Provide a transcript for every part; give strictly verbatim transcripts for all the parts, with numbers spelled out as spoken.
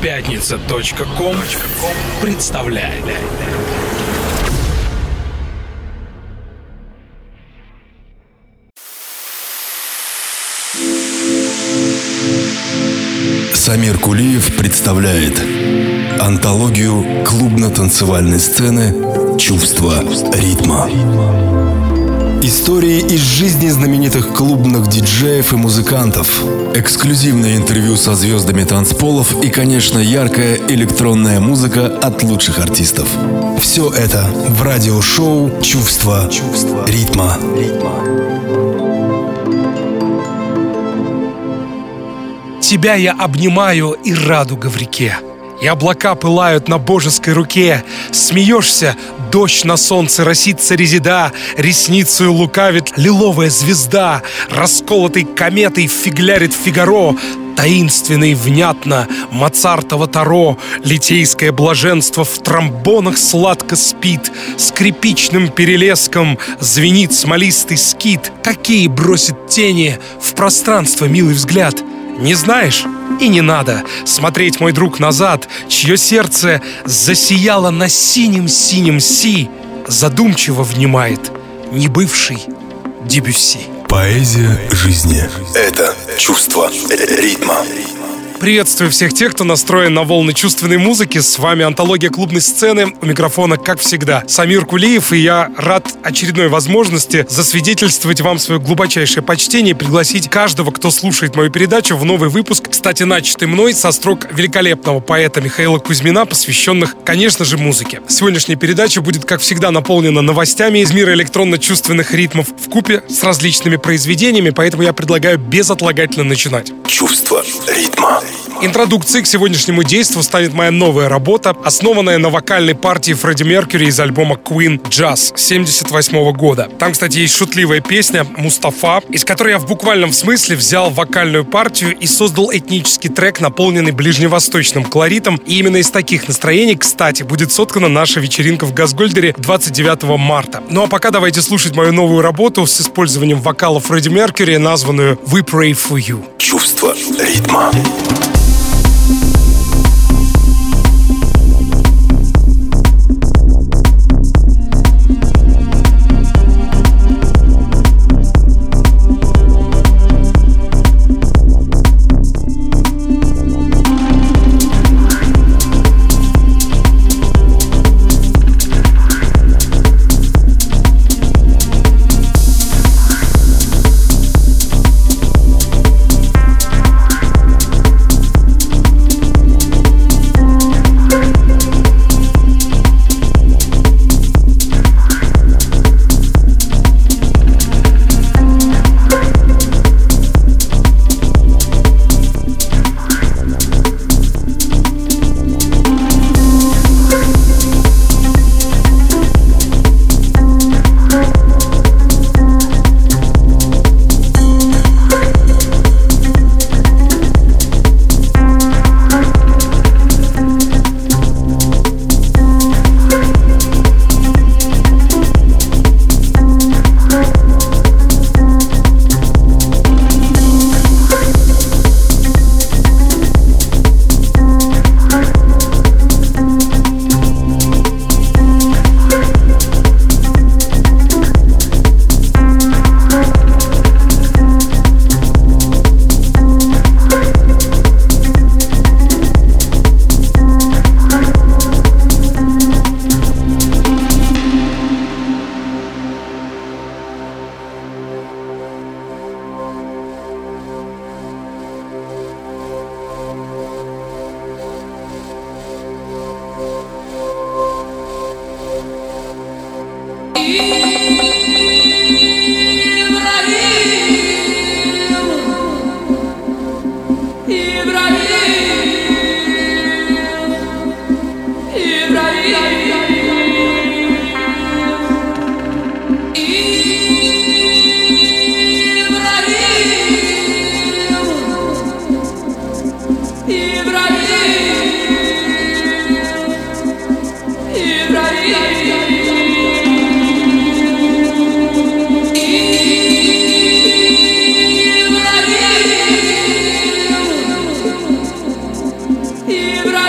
Пятница точка ком представляет. Самир Кулиев представляет антологию клубно-танцевальной сцены «Чувство ритма». Истории из жизни знаменитых клубных диджеев и музыкантов, эксклюзивное интервью со звездами танцполов и, конечно, яркая электронная музыка от лучших артистов. Все это в радиошоу «Чувство ритма». Тебя я обнимаю, и радуга в реке, и облака пылают на божеской руке. Смеешься, дождь на солнце росится резида, ресницею лукавит лиловая звезда, расколотой кометой фиглярит Фигаро. Таинственно и внятно Моцартово таро, литейское блаженство в тромбонах сладко спит, скрипичным перелеском звенит смолистый скит. Какие бросит тени в пространство милый взгляд. Не знаешь? И не надо смотреть, мой друг, назад, чье сердце засияло на синем-синем си, задумчиво внимает небывший Дебюсси. Поэзия жизни – это чувство ритма. Приветствую всех тех, кто настроен на волны чувственной музыки. С вами антология клубной сцены. У микрофона, как всегда, Самир Кулиев. И я рад очередной возможности засвидетельствовать вам свое глубочайшее почтение и пригласить каждого, кто слушает мою передачу, в новый выпуск, кстати, начатый мной со строк великолепного поэта Михаила Кузьмина, посвященных, конечно же, музыке. Сегодняшняя передача будет, как всегда, наполнена новостями из мира электронно-чувственных ритмов вкупе с различными произведениями, поэтому я предлагаю безотлагательно начинать. Чувство ритма. Интродукцией к сегодняшнему действу станет моя новая работа, основанная на вокальной партии Фредди Меркьюри из альбома Queen Jazz семьдесят восьмого года. Там, кстати, есть шутливая песня «Мустафа», из которой я в буквальном смысле взял вокальную партию и создал этнический трек, наполненный ближневосточным колоритом. И именно из таких настроений, кстати, будет соткана наша вечеринка в Газгольдере двадцать девятого марта. Ну а пока давайте слушать мою новую работу с использованием вокала Фредди Меркьюри, названную «We Pray For You». Чувство ритма. Ibrahim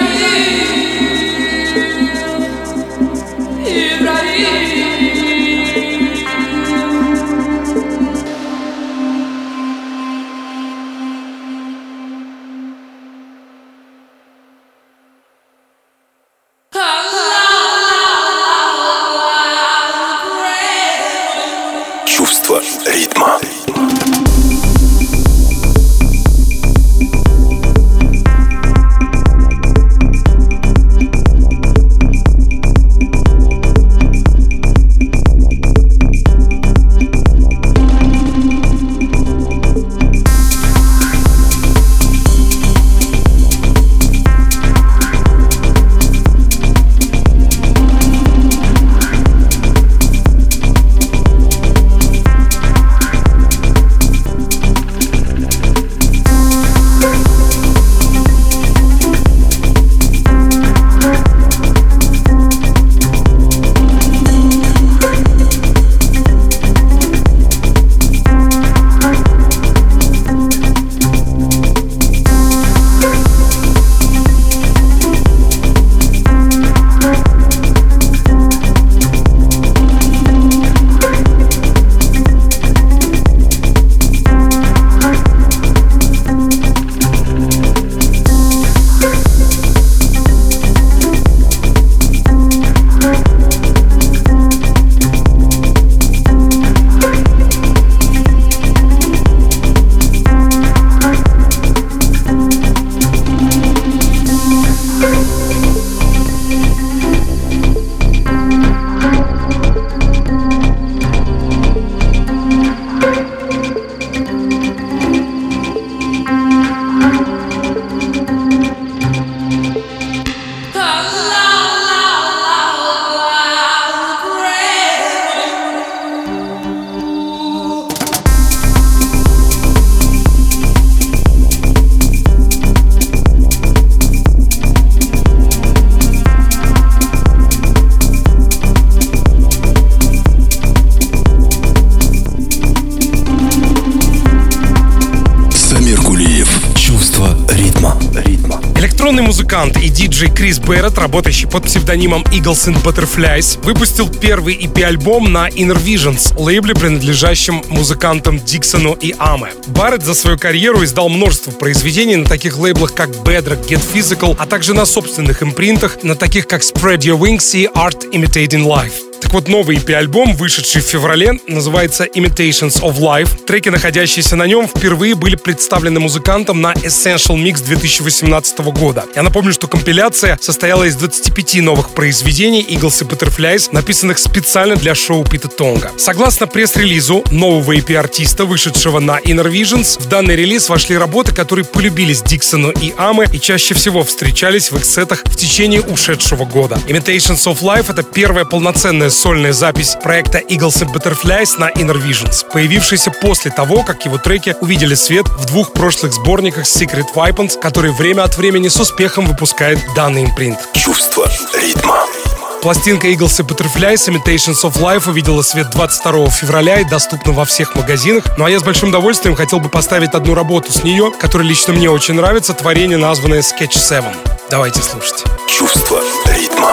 Электронный музыкант и диджей Крис Берретт, работающий под псевдонимом Eagles and Butterflies, выпустил первый и пи-альбом на Inner Visions, лейбле, принадлежащем музыкантам Диксону и Аме. Барретт за свою карьеру издал множество произведений на таких лейблах, как Bedrock, Get Physical, а также на собственных импринтах, на таких как Spread Your Wings и Art Imitating Life. Так вот, новый и пи-альбом, вышедший в феврале, называется Imitations of Life. Треки, находящиеся на нем, впервые были представлены музыкантом на Essential Mix две тысячи восемнадцатого года. Я напомню, что компиляция состояла из двадцати пяти новых произведений Eagles и Butterflies, написанных специально для шоу Пита Тонга. Согласно пресс-релизу нового и пи-артиста, вышедшего на Inner Visions, в данный релиз вошли работы, которые полюбились Диксону и Аме и чаще всего встречались в их сетах в течение ушедшего года. Imitations of Life — это первая полноценная сольная запись проекта Eagles and Butterflies на Inner Visions, появившаяся после того, как его треки увидели свет в двух прошлых сборниках Secret Weapons, которые время от времени с успехом выпускает данный импринт. Чувство ритма. Пластинка Eagles и Butterflies Imitations of Life увидела свет двадцать второго февраля и доступна во всех магазинах. Ну а я с большим удовольствием хотел бы поставить одну работу с нее, которая лично мне очень нравится, творение, названное Sketch семь. Давайте слушать. Чувство ритма.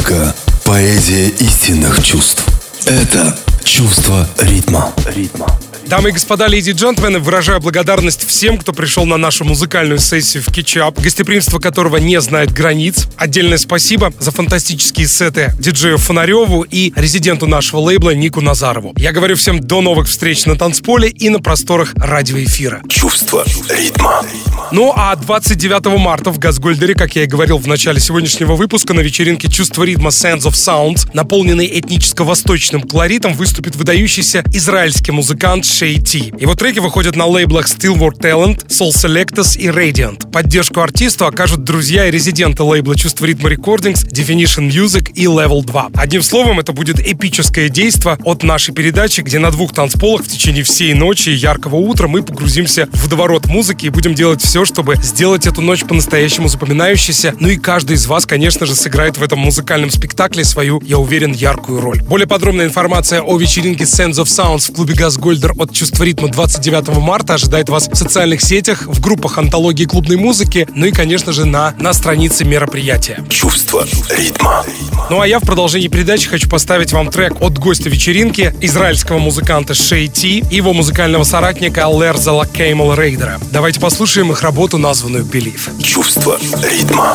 Музыка — поэзия истинных чувств. Это чувство ритма. Ритма. Дамы и господа, леди и джентльмены, выражаю благодарность всем, кто пришел на нашу музыкальную сессию в Кетчап, гостеприимство которого не знает границ. Отдельное спасибо за фантастические сеты диджею Фонареву и резиденту нашего лейбла Нику Назарову. Я говорю всем до новых встреч на танцполе и на просторах радиоэфира. Чувство ритма. Ну а двадцать девятого марта в Газгольдере, как я и говорил в начале сегодняшнего выпуска, на вечеринке «Чувство ритма Sands of Sound», наполненной этническо-восточным колоритом, выступит выдающийся израильский музыкант Шей Ти. Его треки выходят на лейблах Stillward Talent, Soul Selectors и Radiant. Поддержку артисту окажут друзья и резиденты лейбла «Чувство ритма Recordings», Definition Music и Level два. Одним словом, это будет эпическое действо от нашей передачи, где на двух танцполах в течение всей ночи и яркого утра мы погрузимся в водоворот музыки и будем делать все, чтобы сделать эту ночь по-настоящему запоминающейся. Ну и каждый из вас, конечно же, сыграет в этом музыкальном спектакле свою, я уверен, яркую роль. Более подробная информация о вечеринке Sands of Sounds в клубе Газгольдер от «Чувство ритма» двадцать девятого марта ожидает вас в социальных сетях, в группах антологии клубной музыки, ну и, конечно же, на, на странице мероприятия. Чувство ритма. Ну а я в продолжении передачи хочу поставить вам трек от гостя вечеринки, израильского музыканта Шей Ти и его музыкального соратника Лерзала Кеймел Рейдера. Давайте послушаем их работу, названную «Believe». Чувство ритма.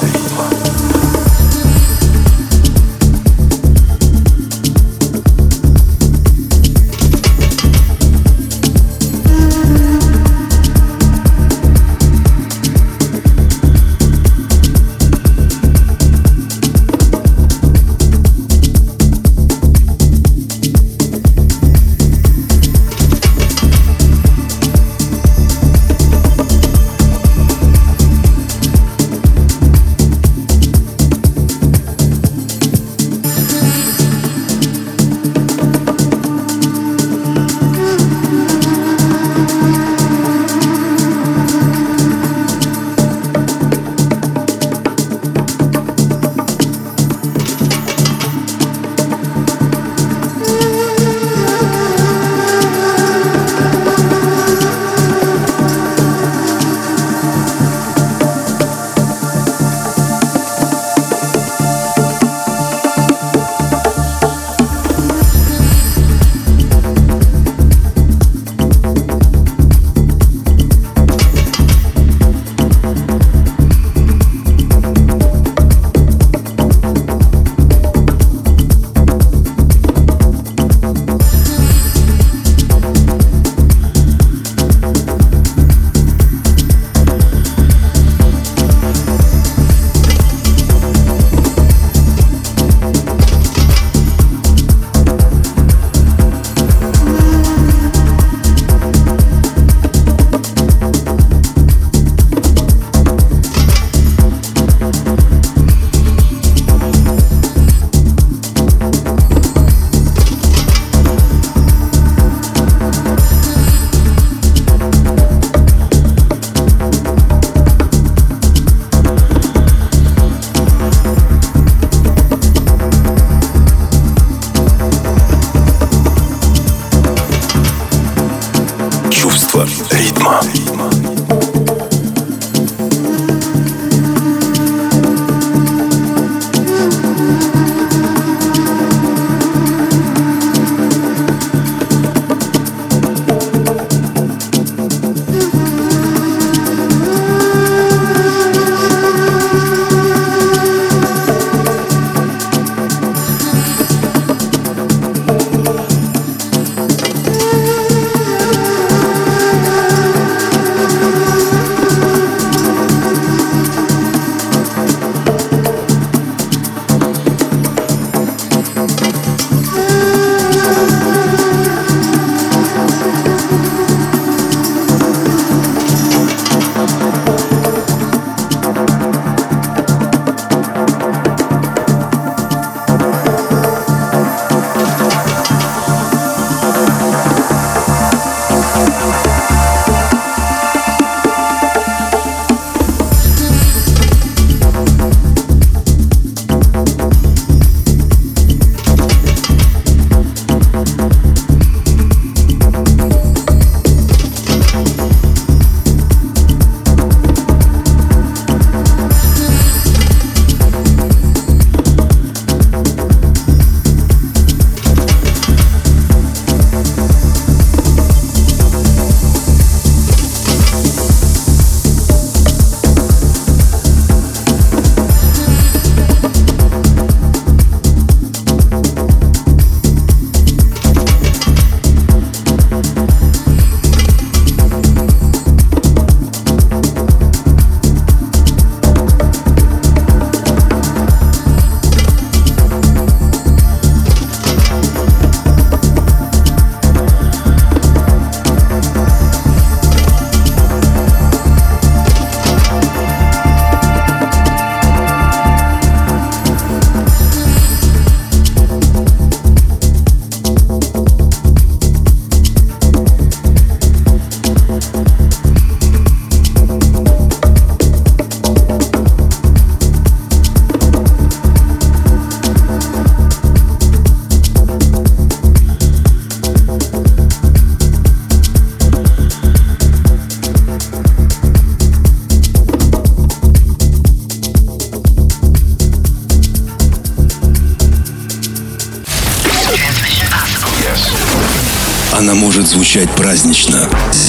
звучать празднично.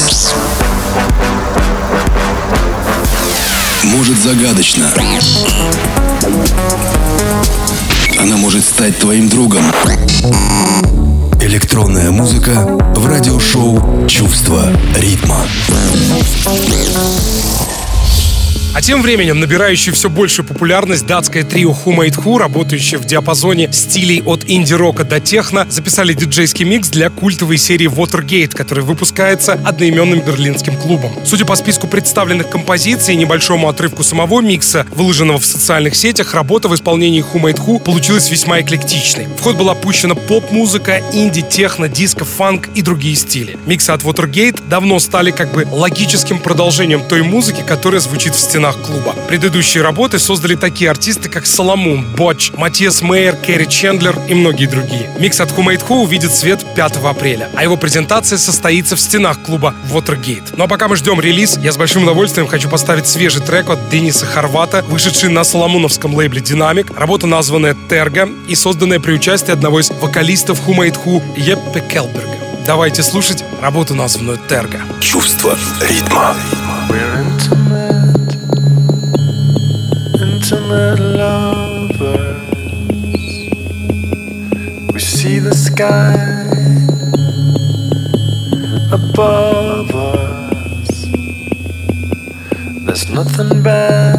Может загадочно. Она может стать твоим другом. Электронная музыка в радиошоу «Чувство ритма». А тем временем набирающее все большую популярность датское трио Who Made Who, работающее в диапазоне стилей от инди-рока до техно, записали диджейский микс для культовой серии Watergate, который выпускается одноименным берлинским клубом. Судя по списку представленных композиций и небольшому отрывку самого микса, выложенного в социальных сетях, работа в исполнении Who Made Who получилась весьма эклектичной. В ход была пущена поп-музыка, инди, техно, диско, фанк и другие стили. Миксы от Watergate давно стали как бы логическим продолжением той музыки, которая звучит в стенах клуба. Предыдущие работы создали такие артисты, как Соломон, Ботч, Матиас Мейер, Керри Чендлер и многие другие. Микс от Who Made Who увидит свет пятого апреля, а его презентация состоится в стенах клуба Watergate. Ну а пока мы ждем релиз, я с большим удовольствием хочу поставить свежий трек от Дениса Хорвата, вышедший на соломоновском лейбле Dynamic. Работа, названная Терга и созданная при участии одного из вокалистов Who Made Who, Jeppe Kjellberg. Давайте слушать работу, названную Терга. Чувство ритма. Intimate lovers, we see the sky above us. There's nothing bad,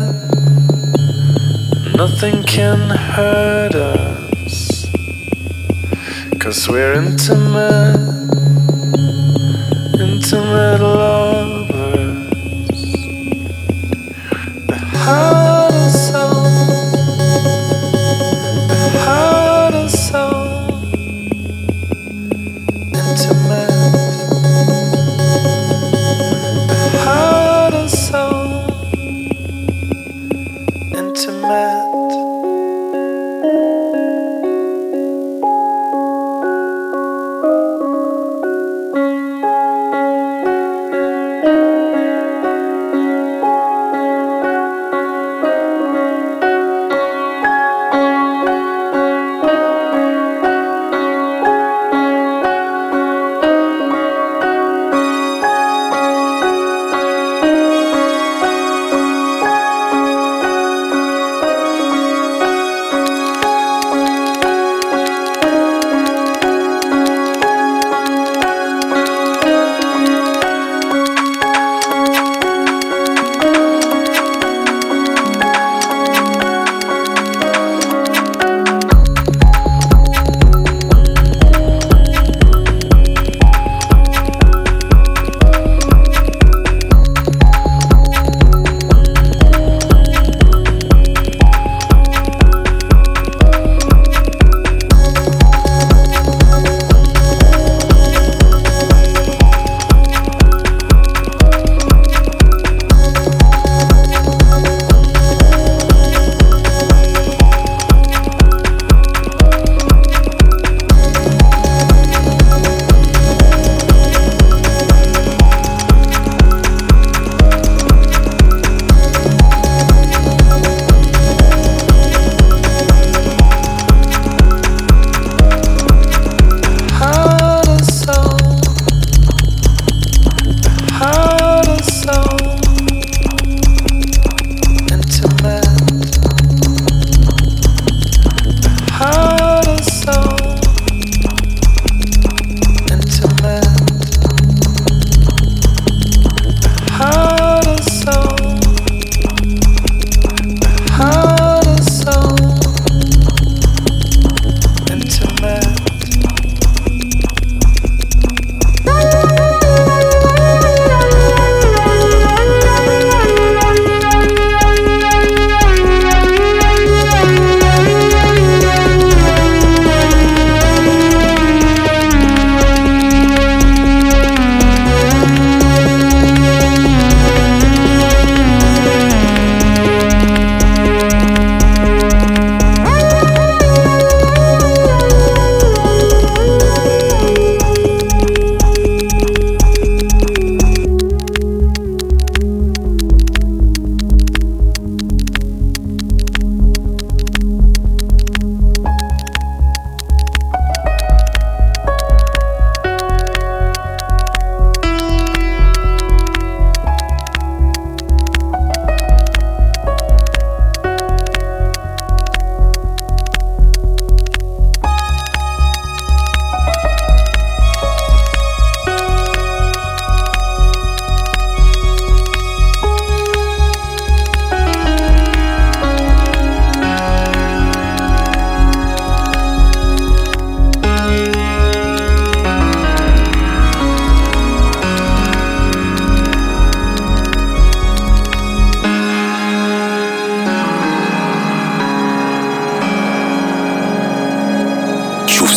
nothing can hurt us, 'cause we're intimate, intimate lovers. The heart and soul, the heart and soul, intimate. The heart and soul, intimate.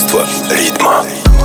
Чувство ритма.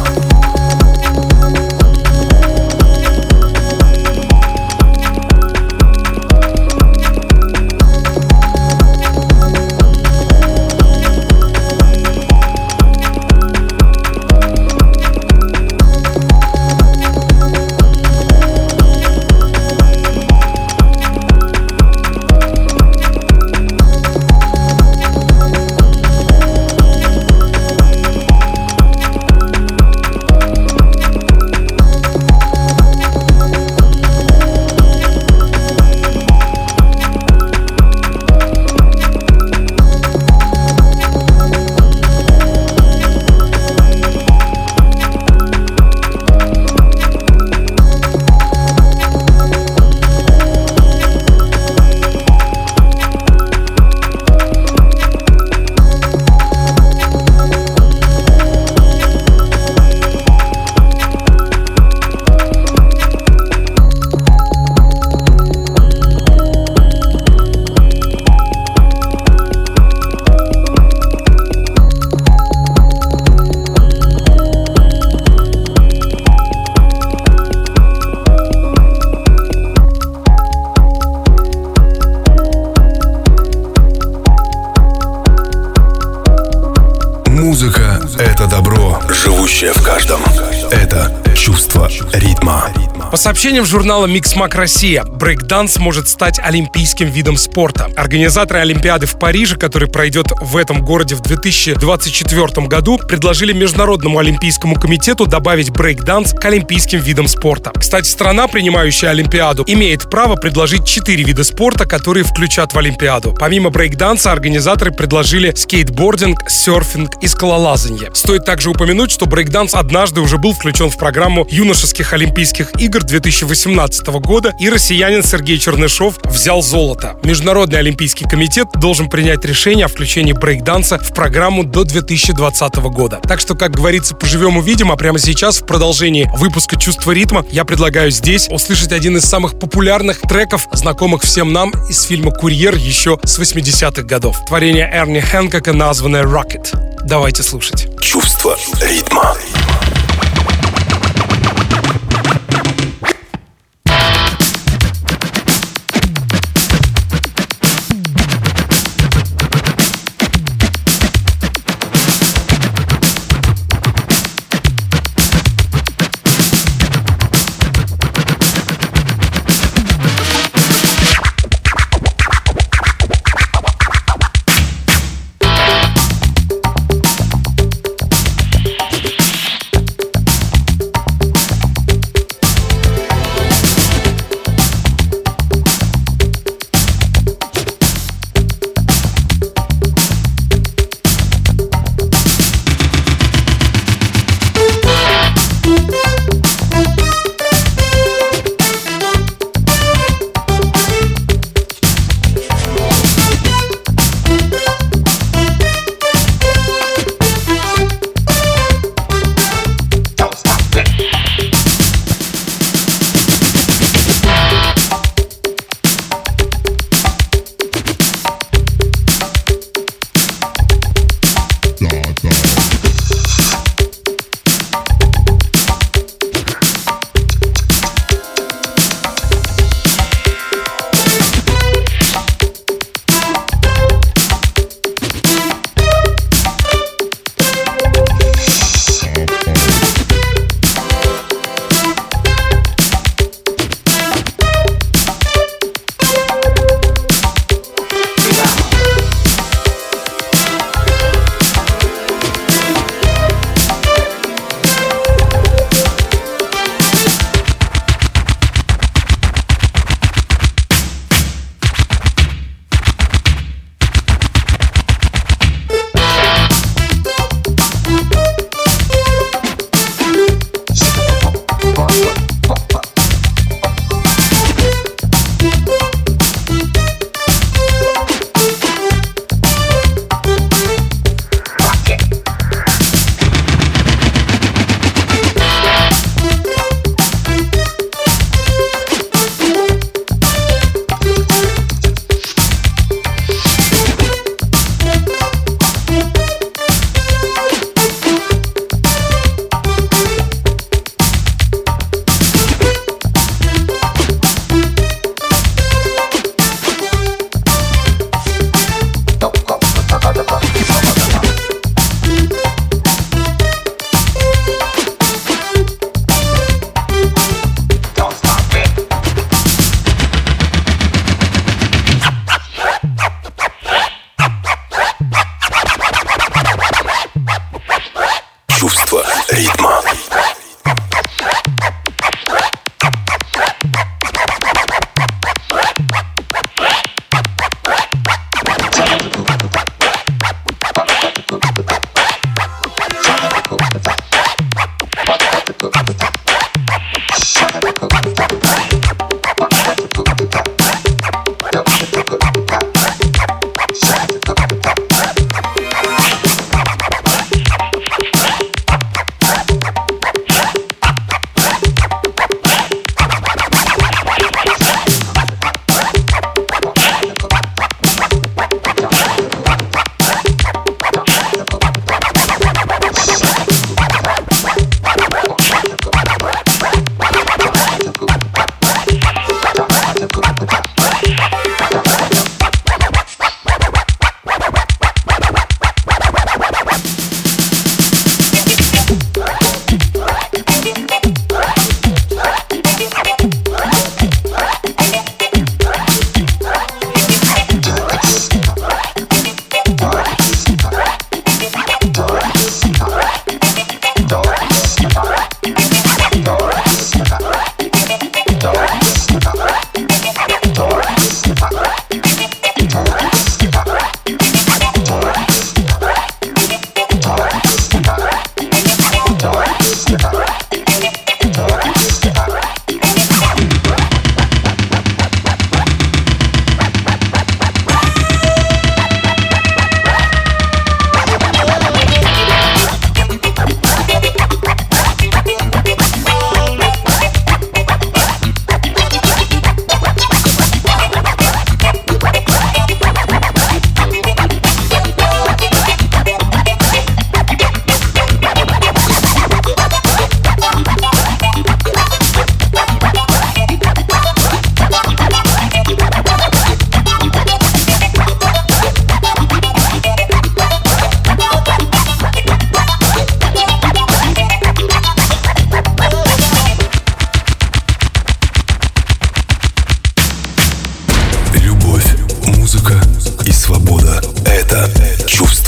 Музыка — это добро, живущее в каждом. Это чувство ритма. По сообщениям журнала Mixmag Россия, брейк-данс может стать олимпийским видом спорта. Организаторы Олимпиады в Париже, который пройдет в этом городе в две тысячи двадцать четвёртом году, предложили Международному олимпийскому комитету добавить брейк-данс к олимпийским видам спорта. Кстати, страна, принимающая Олимпиаду, имеет право предложить четыре вида спорта, которые включат в Олимпиаду. Помимо брейк-данса, организаторы предложили скейтбординг, серфинг и скалолазанье. Стоит также упомянуть, что брейк-данс однажды уже был включен в программу юношеских Олимпийских игр две тысячи восемнадцатого года, и россиянин Сергей Чернышов взял золото. Международный олимпийский комитет должен принять решение о включении брейк-данса в программу до две тысячи двадцатого года. Так что, как говорится, поживем увидим, а прямо сейчас, в продолжении выпуска «Чувства ритма», я предлагаю здесь услышать один из самых популярных треков, знакомых всем нам из фильма «Курьер» еще с восьмидесятых годов. Творение Эрни Хэнкока, названное «Rocket». Давайте слушать. Чувство ритма.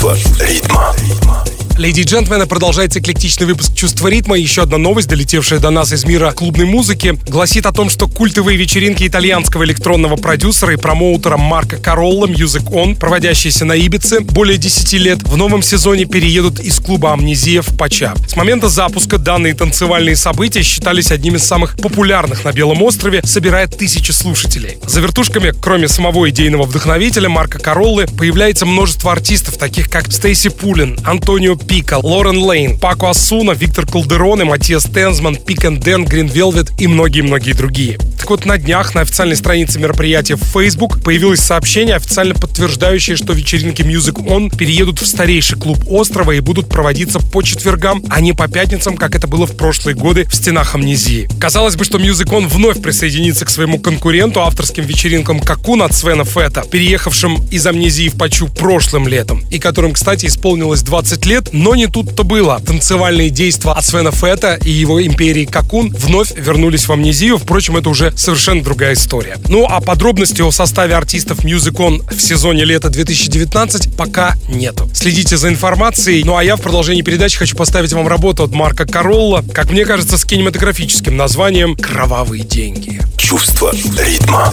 Чувство ритма. Леди и джентльмены, продолжается эклектичный выпуск «Чувство ритма». Еще одна новость, долетевшая до нас из мира клубной музыки, гласит о том, что культовые вечеринки итальянского электронного продюсера и промоутера Марко Каролла Music On, проводящиеся на Ибице более десяти лет, в новом сезоне переедут из клуба «Амнезия» в Пача. С момента запуска данные танцевальные события считались одним из самых популярных на Белом острове, собирая тысячи слушателей. За вертушками, кроме самого идейного вдохновителя Марко Кароллы, появляется множество артистов, таких как Стейси Пулин, Антонио Пика, Лорен Лейн, Пако Ассуна, Виктор Калдероне, Матиас Тензман, Пик энд Дэн, Грин Велвет и многие-многие другие. Так вот, на днях на официальной странице мероприятия в Facebook появилось сообщение, официально подтверждающее, что вечеринки Music On переедут в старейший клуб острова и будут проводиться по четвергам, а не по пятницам, как это было в прошлые годы в стенах Амнезии. Казалось бы, что Music On вновь присоединится к своему конкуренту, авторским вечеринкам Cocoon от Свена Фета, переехавшим из Амнезии в Пачу прошлым летом, и которым, кстати, исполнилось двадцать лет. Но не тут-то было. Танцевальные действия от Свена Фета и его империи Cocoon вновь вернулись в Амнезию. Впрочем, это уже совершенно другая история. Ну, а подробностей о составе артистов Music On в сезоне лета две тысячи девятнадцать пока нету. Следите за информацией. Ну, а я в продолжении передачи хочу поставить вам работу от Марко Каролла, как мне кажется, с кинематографическим названием «Кровавые деньги». Чувство ритма.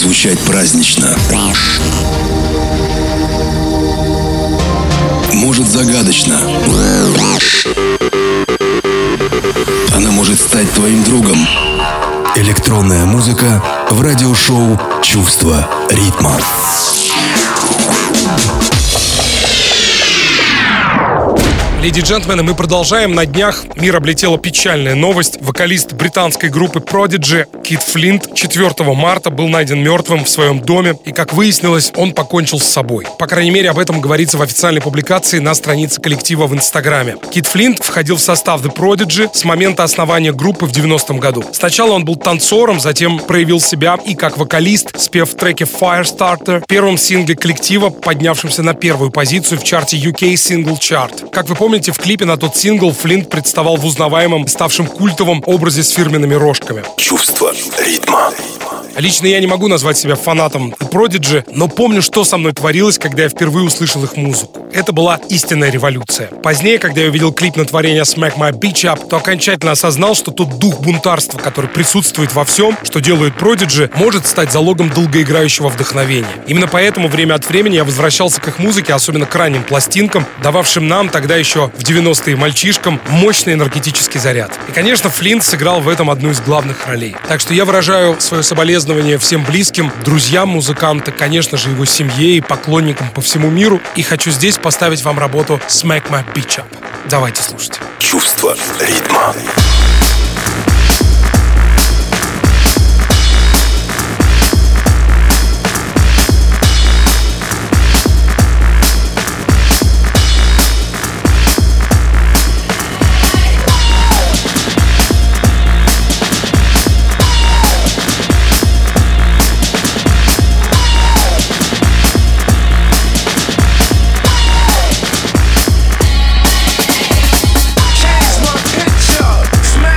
звучать празднично. Может загадочно. Она может стать твоим другом. Электронная музыка в радиошоу «Чувство ритма». Леди и джентльмены, мы продолжаем. На днях мир облетела печальная новость. Вокалист британской группы Prodigy Кит Флинт четвёртого марта был найден мертвым в своем доме. И, как выяснилось, он покончил с собой. По крайней мере, об этом говорится в официальной публикации на странице коллектива в Инстаграме. Кит Флинт входил в состав The Prodigy с момента основания группы в девяностом году. Сначала он был танцором, затем проявил себя и как вокалист, спев в треке Firestarter, первом сингле коллектива, поднявшемся на первую позицию в чарте ю кей Single Chart. Как вы помните, в клипе на тот сингл Флинт представал в узнаваемом, ставшем культовом образе с фирменными рожками. Чувство ритма. Лично я не могу назвать себя фанатом Prodigy, но помню, что со мной творилось, когда я впервые услышал их музыку. Это была истинная революция. Позднее, когда я увидел клип на творение Smack My Bitch Up, то окончательно осознал, что тот дух бунтарства, который присутствует во всем, что делает Prodigy, может стать залогом долгоиграющего вдохновения. Именно поэтому время от времени я возвращался к их музыке, особенно к ранним пластинкам, дававшим нам тогда еще в девяностые мальчишкам мощный энергетический заряд. И, конечно, Флинт сыграл в этом одну из главных ролей. Так что я выражаю свое соболезнование всем близким, друзьям музыканта, конечно же, его семье и поклонникам по всему миру. И хочу здесь поставить вам работу Smack My Bitch Up. Давайте слушать. Чувство ритма. Smack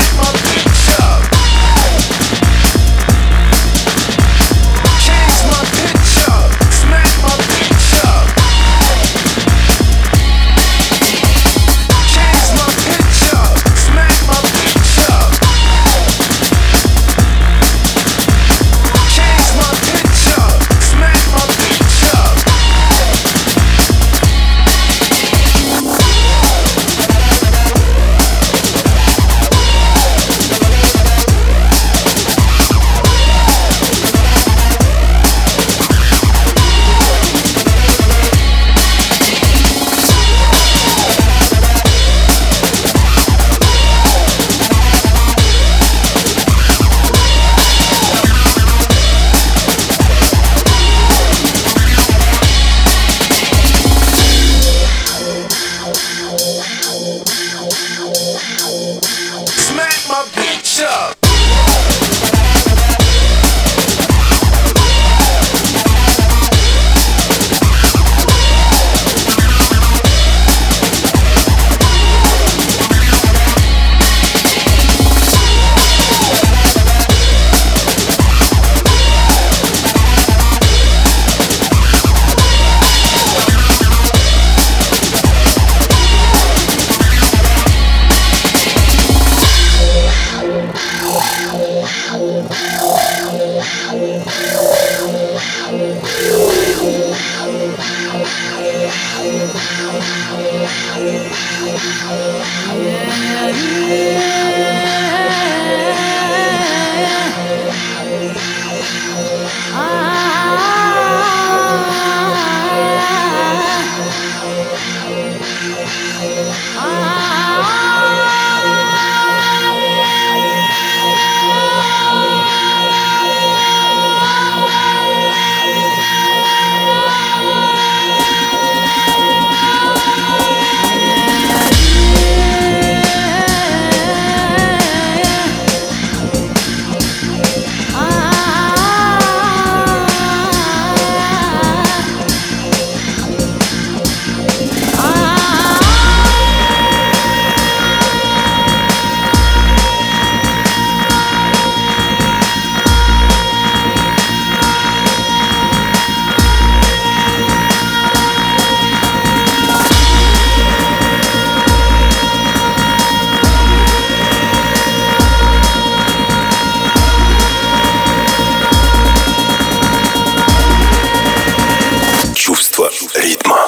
Чувство ритма.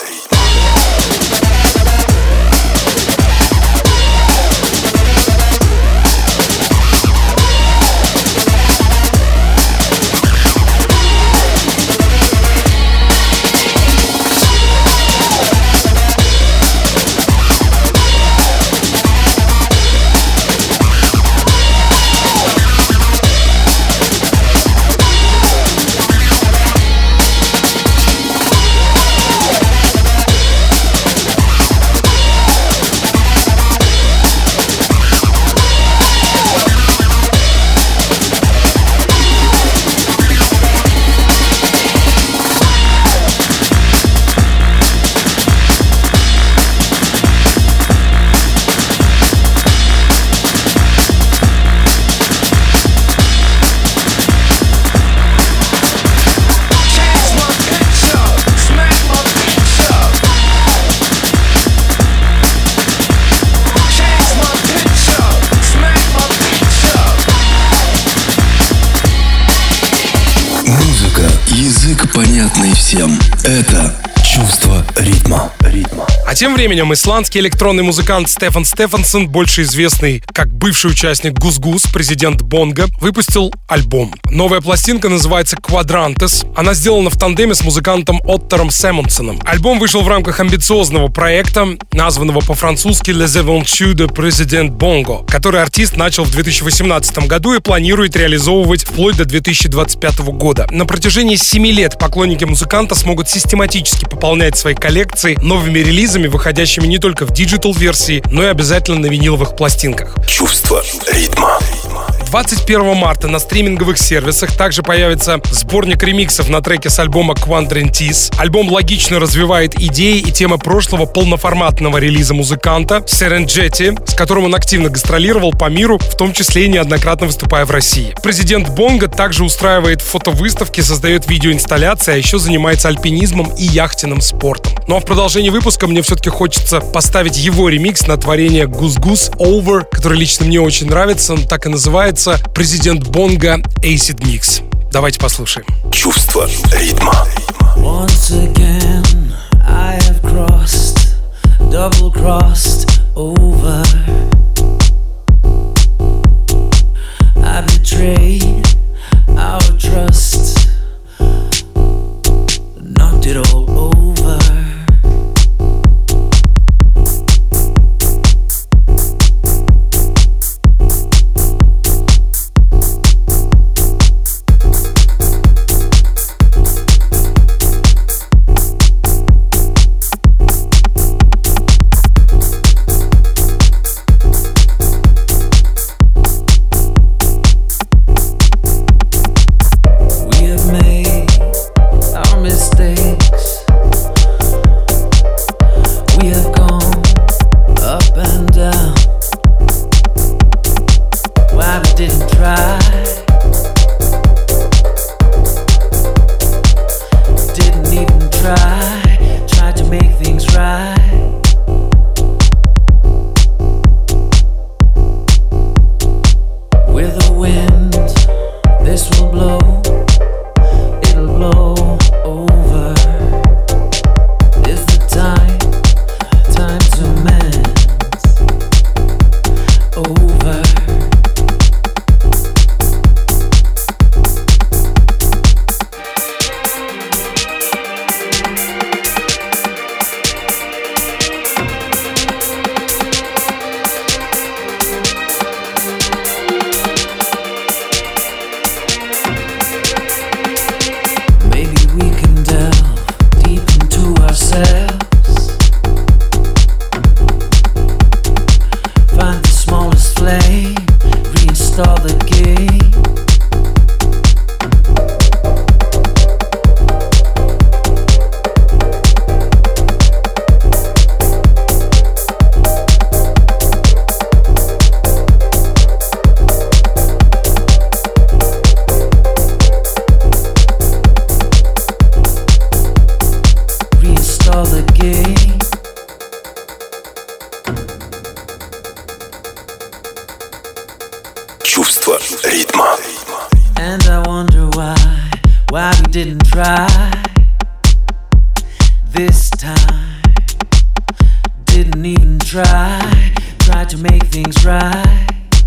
Язык, понятный всем. Это чувство ритма. ритма. А тем временем исландский электронный музыкант Стефан Стефансон, больше известный как бывший участник Гус-Гус, президент Бонго, выпустил альбом. Новая пластинка называется «Quadrantes». Она сделана в тандеме с музыкантом Оттором Сэммонсоном. Альбом вышел в рамках амбициозного проекта, названного по-французски «Les Aventures de Président Bongo», который артист начал в две тысячи восемнадцатом году и планирует реализовывать вплоть до две тысячи двадцать пятого года. На протяжении семи лет поклонники музыканта смогут систематически пополнять свои коллекции новыми релизами, выходящими не только в диджитал-версии, но и обязательно на виниловых пластинках. Чувство ритма. двадцать первого марта на стриминговых сервисах также появится сборник ремиксов на треки с альбома Quadrantes. Альбом логично развивает идеи и темы прошлого полноформатного релиза музыканта Serengeti, с которым он активно гастролировал по миру, в том числе и неоднократно выступая в России. Президент Бонго также устраивает фотовыставки, создает видеоинсталляции, а еще занимается альпинизмом и яхтенным спортом. Ну а в продолжении выпуска мне все-таки хочется поставить его ремикс на творение Гус-Гус Over, который лично мне очень нравится, он так и называется «Президент Бонго Acid Mix». Давайте послушаем. Чувство ритма. Once again I have crossed, double crossed over. I betrayed our trust, knocked it all over. Чувство ритма. And I wonder why, why we didn't try. this time. Didn't even try, tried to make things right.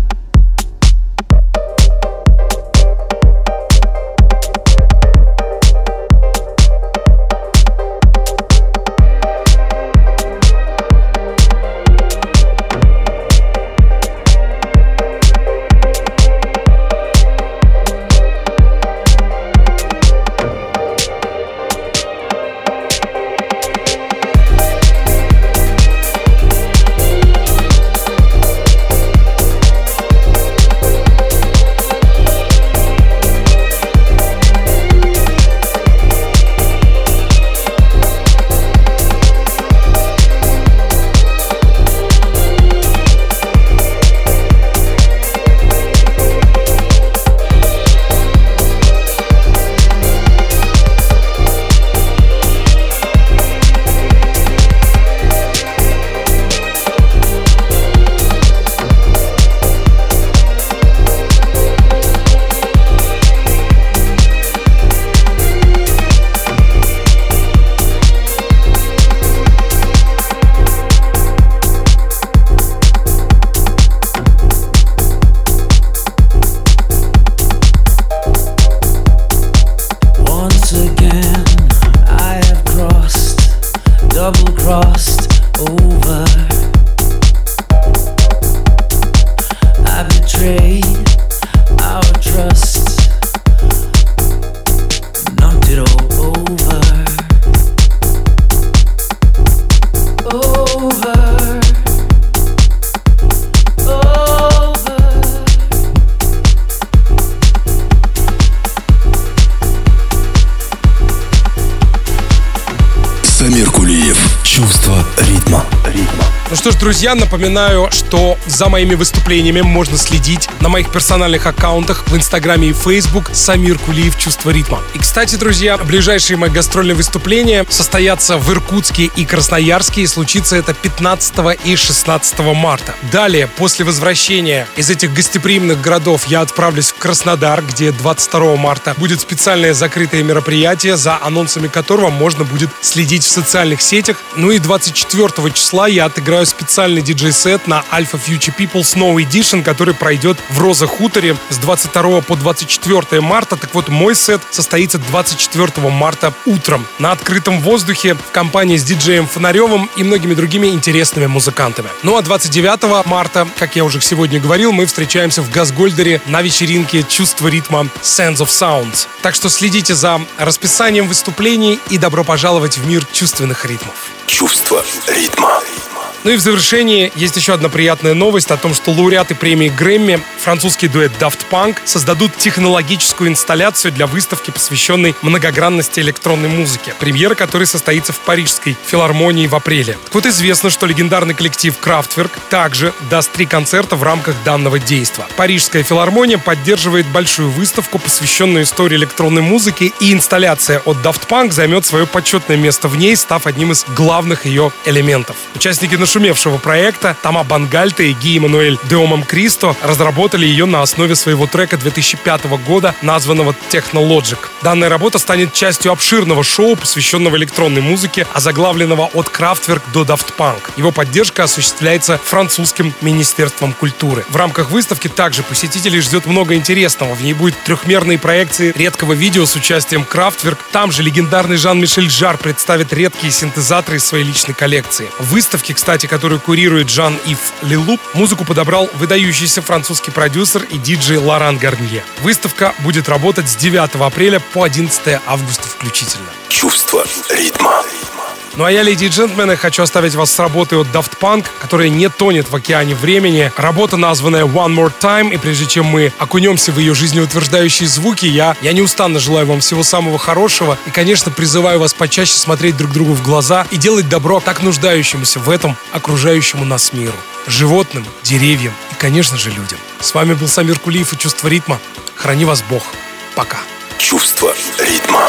Ну что ж, друзья, напоминаю, что за моими выступлениями можно следить на моих персональных аккаунтах в Инстаграме и Фейсбук Самир Кулиев «Чувство ритма». И, кстати, друзья, ближайшие мои гастрольные выступления состоятся в Иркутске и Красноярске, и случится это пятнадцатого и шестнадцатого марта. Далее, после возвращения из этих гостеприимных городов, я отправлюсь в Краснодар, где двадцать второго марта будет специальное закрытое мероприятие, за анонсами которого можно будет следить в социальных сетях. Ну и двадцать четвёртого числа я отыграю специальный диджей-сет на Alpha Future People Snow Edition, который пройдет в Роза Хуторе с двадцать второго по двадцать четвёртое марта. Так вот, мой сет состоится двадцать четвёртого марта утром на открытом воздухе в компании с диджеем Фонаревым и многими другими интересными музыкантами. Ну а двадцать девятого марта, как я уже сегодня говорил, мы встречаемся в Газгольдере на вечеринке «Чувство ритма» Sense of Sounds. Так что следите за расписанием выступлений и добро пожаловать в мир чувственных ритмов. Чувство ритма. Ну и в завершении есть еще одна приятная новость о том, что лауреаты премии Грэмми, французский дуэт Daft Punk, создадут технологическую инсталляцию для выставки, посвященной многогранности электронной музыки, премьера которой состоится в Парижской филармонии в апреле. Так вот, известно, что легендарный коллектив Kraftwerk также даст три концерта в рамках данного действа. Парижская филармония поддерживает большую выставку, посвященную истории электронной музыки, и инсталляция от Daft Punk займет свое почетное место в ней, став одним из главных ее элементов. Участники нашумевшего проекта Тома Бангальта и Ги Эммануэль де Омом Кристо разработали ее на основе своего трека две тысячи пятого года, названного Technologic. Данная работа станет частью обширного шоу, посвященного электронной музыке, озаглавленного «От Kraftwerk до Daft Punk». Его поддержка осуществляется французским министерством культуры. В рамках выставки также посетителей ждет много интересного. В ней будут трехмерные проекции редкого видео с участием Kraftwerk. Там же легендарный Жан-Мишель Жарр представит редкие синтезаторы из своей личной коллекции. В выставке, кстати, которую курирует Жан-Ив Лелуп, музыку подобрал выдающийся французский продюсер и диджей Лоран Гарнье. Выставка будет работать с девятого апреля по одиннадцатое августа включительно. Чувство ритма. Ну а я, леди и джентльмены, хочу оставить вас с работой от Daft Punk, которая не тонет в океане времени. Работа, названная One More Time, и прежде чем мы окунемся в ее жизнеутверждающие звуки, я, я неустанно желаю вам всего самого хорошего и, конечно, призываю вас почаще смотреть друг другу в глаза и делать добро так нуждающемуся в этом окружающему нас миру. Животным, деревьям и, конечно же, людям. С вами был Самир Кулиев и «Чувство ритма». Храни вас Бог. Пока. Чувство ритма.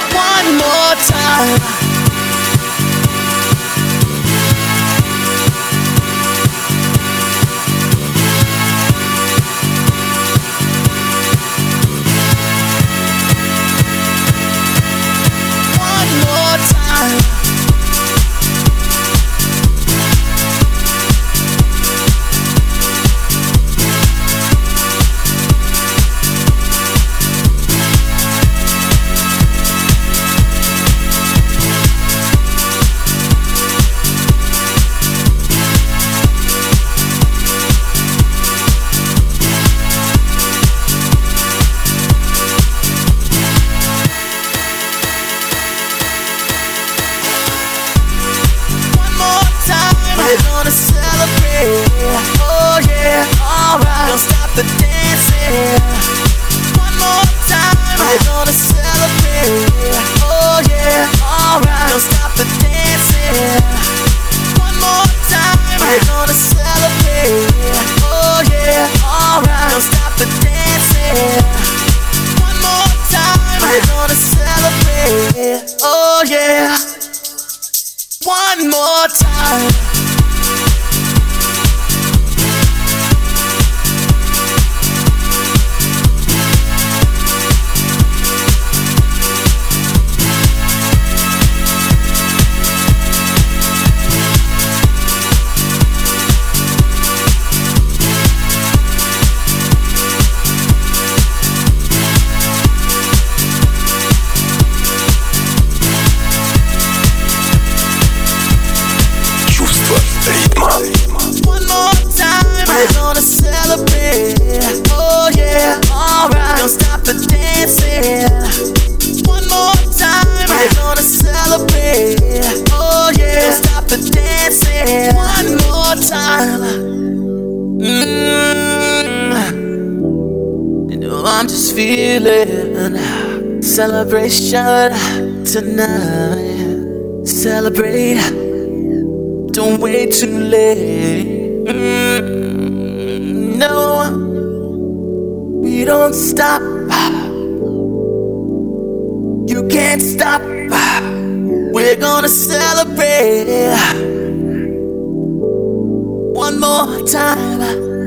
One more time. One more time. celebrate. Oh yeah, alright. Don't stop the dancing. One more time, we're gonna celebrate. Oh yeah, alright. Don't stop the dancing. One more time, we're gonna celebrate. Oh yeah, alright. Don't stop the dancing. One more time, we're gonna celebrate. Oh yeah. One more time. One more time, we're gonna celebrate. Oh yeah, alright. Don't stop the dancing. One more time, we're gonna celebrate. Oh yeah, don't stop the dancing. One more time. Mm. You know I'm just feeling celebration tonight. Celebrate. Don't wait too late. Mm, no, we don't stop. You can't stop. We're gonna celebrate. One more time.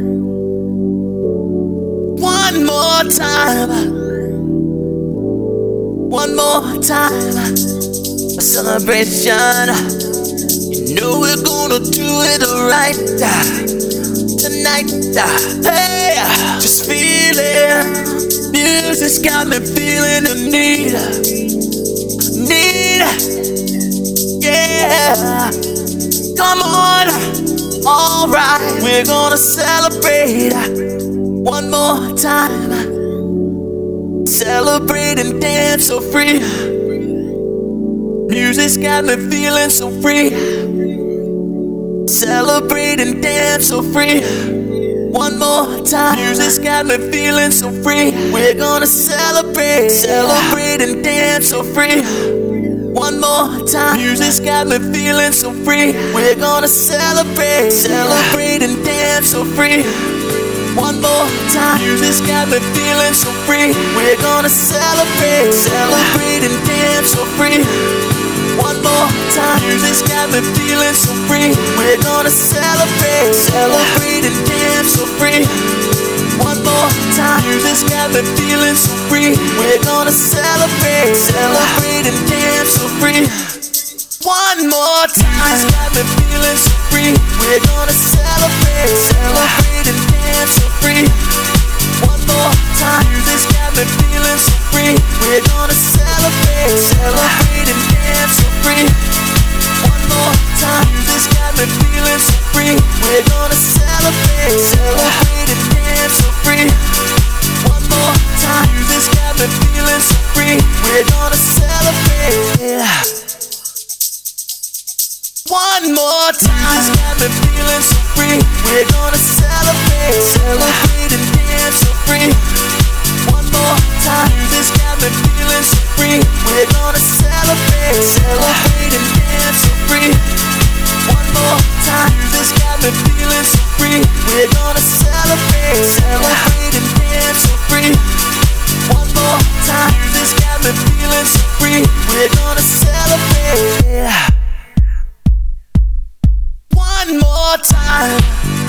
One more time. One more time. A celebration. You know we're gonna do it right tonight. Hey, just feeling. Music's got me feeling the need. Need. Yeah. Come on. Alright, we're gonna celebrate one more time. Celebrate and dance so free. Music's got me feeling so free. Celebrate and dance so free. One more time. Music's got me feeling so free. We're gonna celebrate. Celebrate and dance so free. One more time. Music's got me feeling so free. We're gonna celebrate. Celebrate and dance so free. One more time. Music's got me feeling so free. We're gonna celebrate. Celebrate and dance so free. One more time. Music's got me feeling so free. We're gonna celebrate. Celebrate and dance so free. One more time. Music's got me feeling so free. We're gonna celebrate. Celebrate and dance so free. One more time. Music's got me feeling so free. We're gonna celebrate. Celebrate and dance so free. One more time. Music's got me feeling so free. We're gonna celebrate. Celebrate and dance so free. One more time. Music's got me feeling so free. We're gonna celebrate. Celebrate and dance so free. One more time. Music's got me feeling so free. We're gonna celebrate. One more time. Music's got me feeling so free. We're gonna celebrate. Celebrate and dance so free. One more time. Music's got me feeling so free. We're gonna celebrate. Celebrate and dance so free. One more time. Music's got me feeling so free. We're gonna celebrate. Celebrate and dance so free. One more time. Music's got me feeling so free. We're gonna celebrate. One more time.